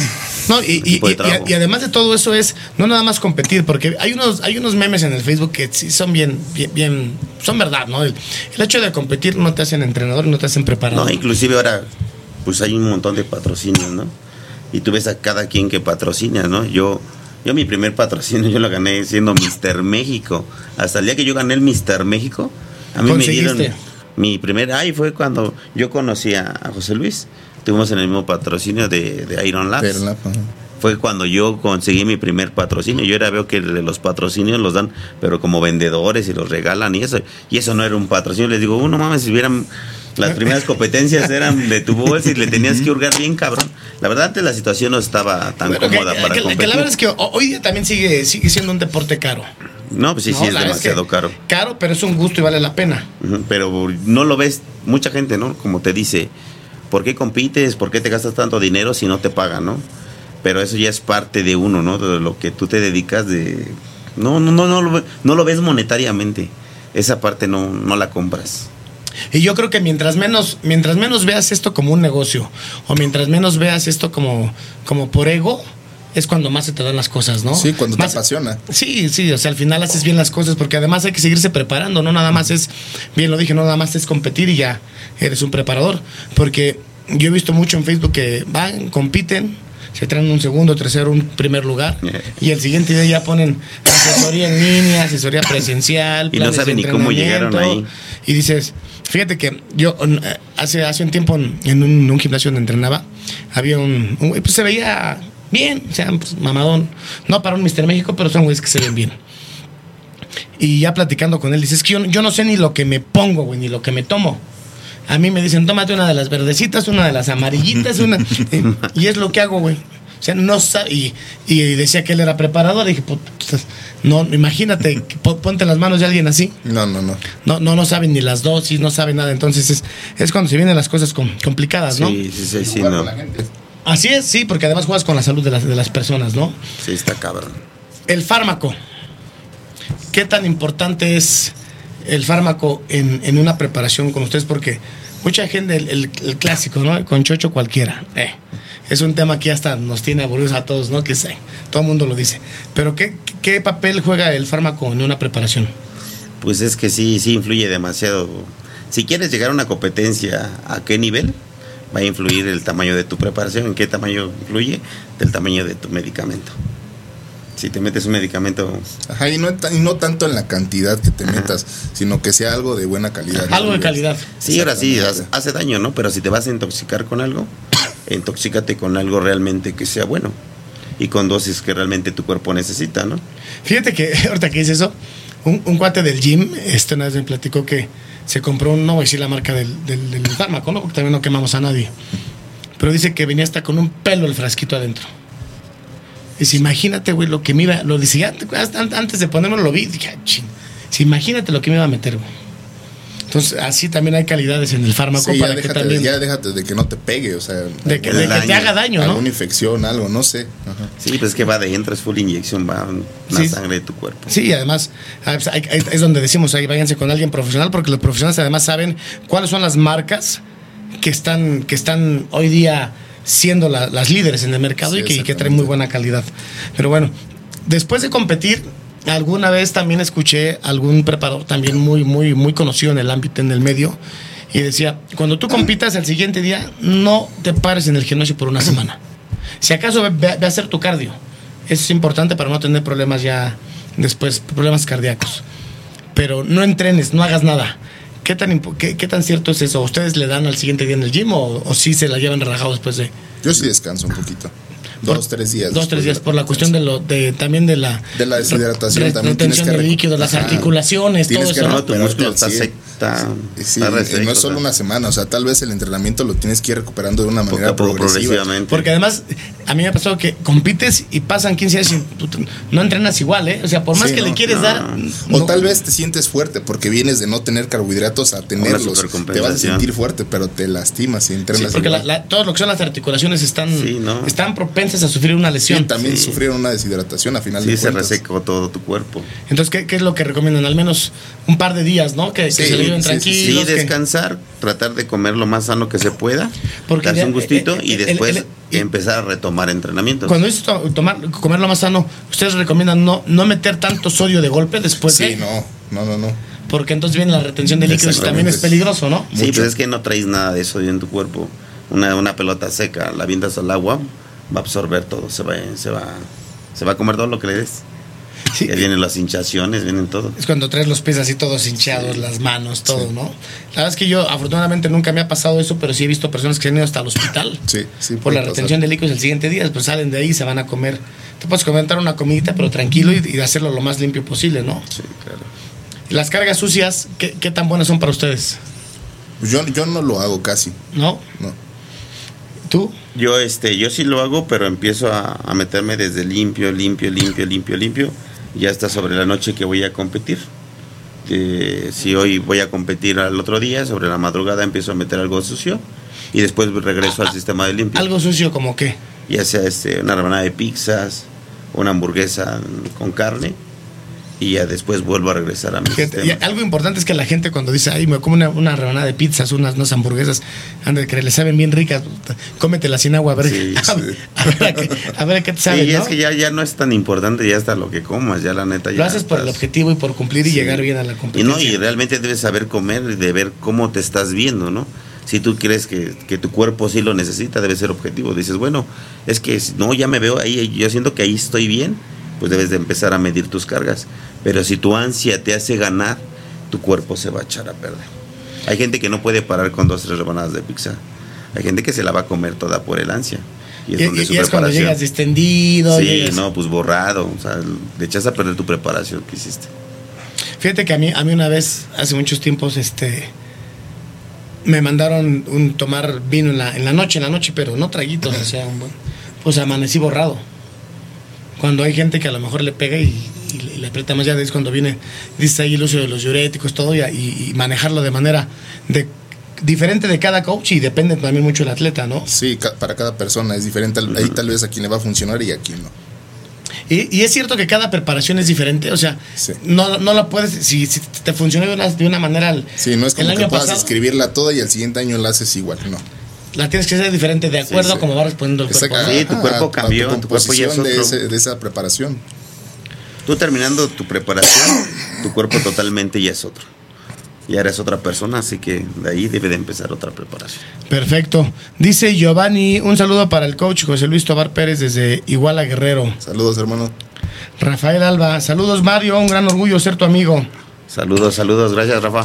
y además de todo eso es no nada más competir, porque hay unos memes en el Facebook que sí son bien son verdad, ¿no? El hecho de competir no te hacen entrenador, no te hacen preparador. No, inclusive ahora pues hay un montón de patrocinios, ¿no? Y tú ves a cada quien que patrocina, ¿no? Yo mi primer patrocinio yo lo gané siendo Mr. México. Hasta el día que yo gané el Mr. México, a mí me dieron mi primer... fue cuando yo conocí a José Luis. Estuvimos en el mismo patrocinio de Iron Labs. Fue cuando yo conseguí mi primer patrocinio. Yo ahora veo que los patrocinios los dan, pero como vendedores y los regalan y eso. Y eso no era un patrocinio. Les digo, no mames, si hubieran... Las primeras competencias eran de tu bolsa y le tenías que hurgar bien, cabrón. La verdad, antes la situación no estaba tan cómoda para competir. Que la verdad es que hoy día también sigue siendo un deporte caro. No, pues sí, es demasiado caro. Caro, pero es un gusto y vale la pena. Pero no lo ves, mucha gente, ¿no? Como te dice, ¿por qué compites? ¿Por qué te gastas tanto dinero si no te pagan, no? Pero eso ya es parte de uno, ¿no? De lo que tú te dedicas de... No lo ves monetariamente. Esa parte no la compras. Y yo creo que mientras menos veas esto como un negocio, o mientras menos veas esto como por ego, es cuando más se te dan las cosas, ¿no? Sí, cuando más te apasiona. Sí, o sea, al final haces bien las cosas, porque además hay que seguirse preparando, no nada más es, bien lo dije, no nada más es competir y ya eres un preparador, porque yo he visto mucho en Facebook que van, compiten, se traen un segundo, tercero, un primer lugar, y el siguiente día ya ponen asesoría en línea, asesoría presencial, y no saben ni cómo llegaron ahí. Y dices, fíjate que yo hace un tiempo en un gimnasio donde entrenaba, había pues se veía bien, o sea, pues, mamadón, no para un Mr. México, pero son güeyes que se ven bien. Y ya platicando con él, dices que yo no sé ni lo que me pongo, güey, ni lo que me tomo. A mí me dicen, tómate una de las verdecitas, una de las amarillitas, y es lo que hago, güey. O sea, no sabe, y decía que él era preparador, y dije, no, imagínate, ponte en las manos de alguien así. No saben ni las dosis, no saben nada, entonces es cuando se vienen las cosas complicadas, ¿no? Sí, no. Así es, sí, porque además juegas con la salud de las personas, ¿no? Sí, está cabrón. El fármaco. ¿Qué tan importante es el fármaco en una preparación con ustedes? Porque mucha gente, el clásico, ¿no? Con chocho cualquiera. Es un tema que hasta nos tiene aburridos a todos, ¿no? Que sé, todo el mundo lo dice. Pero ¿qué papel juega el fármaco en una preparación? Pues es que sí influye demasiado. Si quieres llegar a una competencia, ¿a qué nivel? Va a influir el tamaño de tu preparación. ¿En qué tamaño influye? Del tamaño de tu medicamento. Si te metes un medicamento... Ajá, y no tanto en la cantidad que te metas, sino que sea algo de buena calidad. Algo de calidad. Sí, ahora sí, hace daño, ¿no? Pero si te vas a intoxicar con algo, intoxícate con algo realmente que sea bueno. Y con dosis que realmente tu cuerpo necesita, ¿no? Fíjate que, ahorita que dices eso, un cuate del gym, una vez me platicó que se compró, no voy a decir la marca del fármaco, ¿no? Porque también no quemamos a nadie. Pero dice que venía hasta con un pelo el frasquito adentro. Dice, imagínate, güey, lo que me iba... Lo dice, antes de ponérmelo lo vi, dije, ching. Dice, imagínate lo que me iba a meter, güey. Entonces, así también hay calidades en el fármaco, sí, para que también... Ya déjate de que no te pegue, o sea... De que te haga daño, ¿no? Alguna infección, algo, no sé. Ajá. Sí, pues es que va adentro, es full inyección, va una sangre de tu cuerpo. Sí, además, es donde decimos, ahí váyanse con alguien profesional, porque los profesionales además saben cuáles son las marcas que están hoy día siendo las líderes en el mercado, sí, y que traen muy buena calidad. Pero bueno, después de competir, alguna vez también escuché algún preparador también muy conocido en el ámbito, en el medio, y decía, cuando tú compitas al siguiente día, no te pares en el gimnasio por una semana. Si acaso ve a hacer tu cardio. Eso es importante para no tener problemas ya después, problemas cardíacos. Pero no entrenes, no hagas nada. ¿Qué tan cierto es eso? ¿Ustedes le dan al siguiente día en el gym o sí se la llevan relajado después de...? Yo sí descanso un poquito. 2-3 días. 2-3 días por la cuestión también de la deshidratación, también retención de líquidos, las articulaciones, todo eso. No, tu músculo está no es solo una semana, o sea, tal vez el entrenamiento lo tienes que ir recuperando de una manera progresivamente. Porque además, a mí me ha pasado que compites y pasan 15 días y no entrenas igual, ¿eh? O sea, por más que le quieres dar... O tal vez te sientes fuerte porque vienes de no tener carbohidratos a tenerlos. Te vas a sentir fuerte, pero te lastimas si entrenas. Sí, porque todo lo que son las articulaciones están propensas a sufrir una lesión. Sí, también sufrieron una deshidratación a final de cuentas. Se resecó todo tu cuerpo. Entonces, ¿qué es lo que recomiendan? Al menos un par de días, ¿no? Que se le lleven tranquilos. Sí, descansar, tratar de comer lo más sano que se pueda, darse un gustito y después empezar a retomar entrenamientos. Cuando dices comer lo más sano, ¿ustedes recomiendan no meter tanto sodio de golpe después de...? Sí, no. Porque entonces viene la retención de líquidos y también es peligroso, ¿no? Sí, pues es que no traes nada de sodio en tu cuerpo. una pelota seca, la avientas al agua, va a absorber todo, se va a comer todo lo que le des. Sí. Ya vienen las hinchaciones, vienen todo. Es cuando traes los pies así todos hinchados, las manos, todo, ¿no? La verdad es que yo afortunadamente nunca me ha pasado eso, pero sí he visto personas que se han ido hasta el hospital por la retención de líquidos el siguiente día, pues salen de ahí y se van a comer. Te puedes comentar una comidita, pero tranquilo y hacerlo lo más limpio posible, ¿no? Sí, claro. Las cargas sucias, ¿qué tan buenas son para ustedes? Pues yo no lo hago casi. ¿No? No. ¿Tú? Yo sí lo hago, pero empiezo a meterme desde limpio, ya hasta sobre la noche que voy a competir. Si hoy voy a competir al otro día, sobre la madrugada empiezo a meter algo sucio y después regreso al sistema de limpio. ¿Algo sucio como qué? Ya sea una rebanada de pizzas, una hamburguesa con carne, y ya después vuelvo a regresar a mi sistema. Algo importante es que la gente cuando dice, ay, me como una rebanada de pizzas, unas hamburguesas, ande, que le saben bien ricas, cómetelas sin agua, a ver, Sí, a ver qué te sabe, y ¿no? es que ya no es tan importante ya hasta lo que comas, ya la neta ya lo haces por el objetivo y por cumplir y llegar bien a la competencia. Y realmente debes saber comer y de ver cómo te estás viendo, ¿no? Si tú crees que tu cuerpo sí lo necesita, debe ser objetivo. Dices, bueno, es que no, ya me veo ahí, yo siento que ahí estoy bien, pues debes de empezar a medir tus cargas. Pero si tu ansia te hace ganar, tu cuerpo se va a echar a perder. Hay gente que no puede parar con 2 o 3 rebanadas de pizza. Hay gente que se la va a comer toda por el ansia. Y es cuando llegas distendido. Sí, no, pues borrado. O sea, le echas a perder tu preparación que hiciste. Fíjate que a mí una vez, hace muchos tiempos, me mandaron tomar vino en la noche, pero no traguitos, o sea, pues amanecí borrado. Cuando hay gente que a lo mejor le pega y le aprieta más, ya es cuando viene, dice ahí el uso de los diuréticos, todo, y manejarlo de manera diferente de cada coach, y depende también mucho del atleta, ¿no? Sí, para cada persona es diferente. Ahí tal vez a quien le va a funcionar y a quien no. Y es cierto que cada preparación es diferente, o sea, sí. no la puedes, si te funcionó de una manera sí, no es como que puedas escribirla toda y al siguiente año la haces igual, no. La tienes que hacer diferente de acuerdo a cómo va respondiendo el cuerpo. Sí, tu cuerpo cambió, tu cuerpo ya es otro. De esa preparación. Tú terminando tu preparación, tu cuerpo totalmente ya es otro. Ya eres otra persona, así que de ahí debe de empezar otra preparación. Perfecto. Dice Giovanni, un saludo para el coach José Luis Tobar Pérez desde Iguala Guerrero. Saludos, hermano. Rafael Alba, saludos Mario, un gran orgullo ser tu amigo. Saludos, gracias Rafa.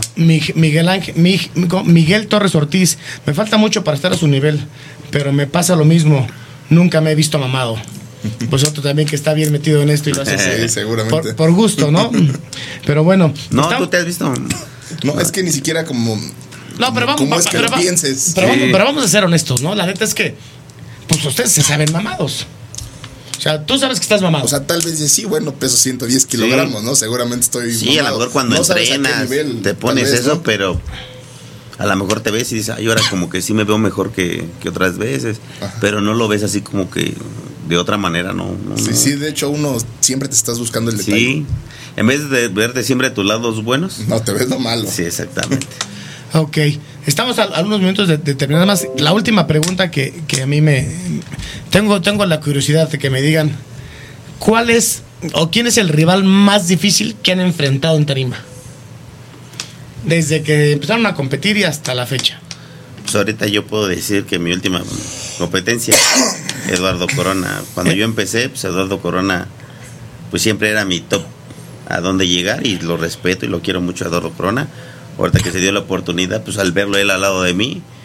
Miguel Torres Ortiz, me falta mucho para estar a su nivel, pero me pasa lo mismo, nunca me he visto mamado. Vosotros también que está bien metido en esto y lo haces sí, seguramente. Por gusto, ¿no? Pero bueno. No, ¿tú te has visto? No, es que ni siquiera como... No, pero vamos, ¿cómo es que lo pienses? Pero vamos a ser honestos, ¿no? La neta es que, pues ustedes se saben mamados. O sea, tú sabes que estás mamado. O sea, tal vez sí, bueno, peso 110 kilogramos, ¿no? Seguramente estoy sí, mamado. A lo mejor cuando no entrenas te pones eso, ¿no? Pero a lo mejor te ves y dices, ay, ahora como que sí me veo mejor que otras veces. Ajá. Pero no lo ves así como que de otra manera, ¿no? Sí, de hecho uno siempre te estás buscando el detalle. Sí, en vez de verte siempre tus lados buenos. No, te ves lo malo. Sí, exactamente. Ok, estamos a unos minutos de terminar. Más la última pregunta que a mí tengo la curiosidad de que me digan ¿cuál es o quién es el rival más difícil que han enfrentado en tarima? Desde que empezaron a competir y hasta la fecha. Pues ahorita yo puedo decir que mi última competencia, Eduardo Corona. Cuando yo empecé, pues Eduardo Corona pues siempre era mi top a dónde llegar, y lo respeto y lo quiero mucho a Eduardo Corona. Ahorita que se dio la oportunidad, pues al verlo él al lado de mí,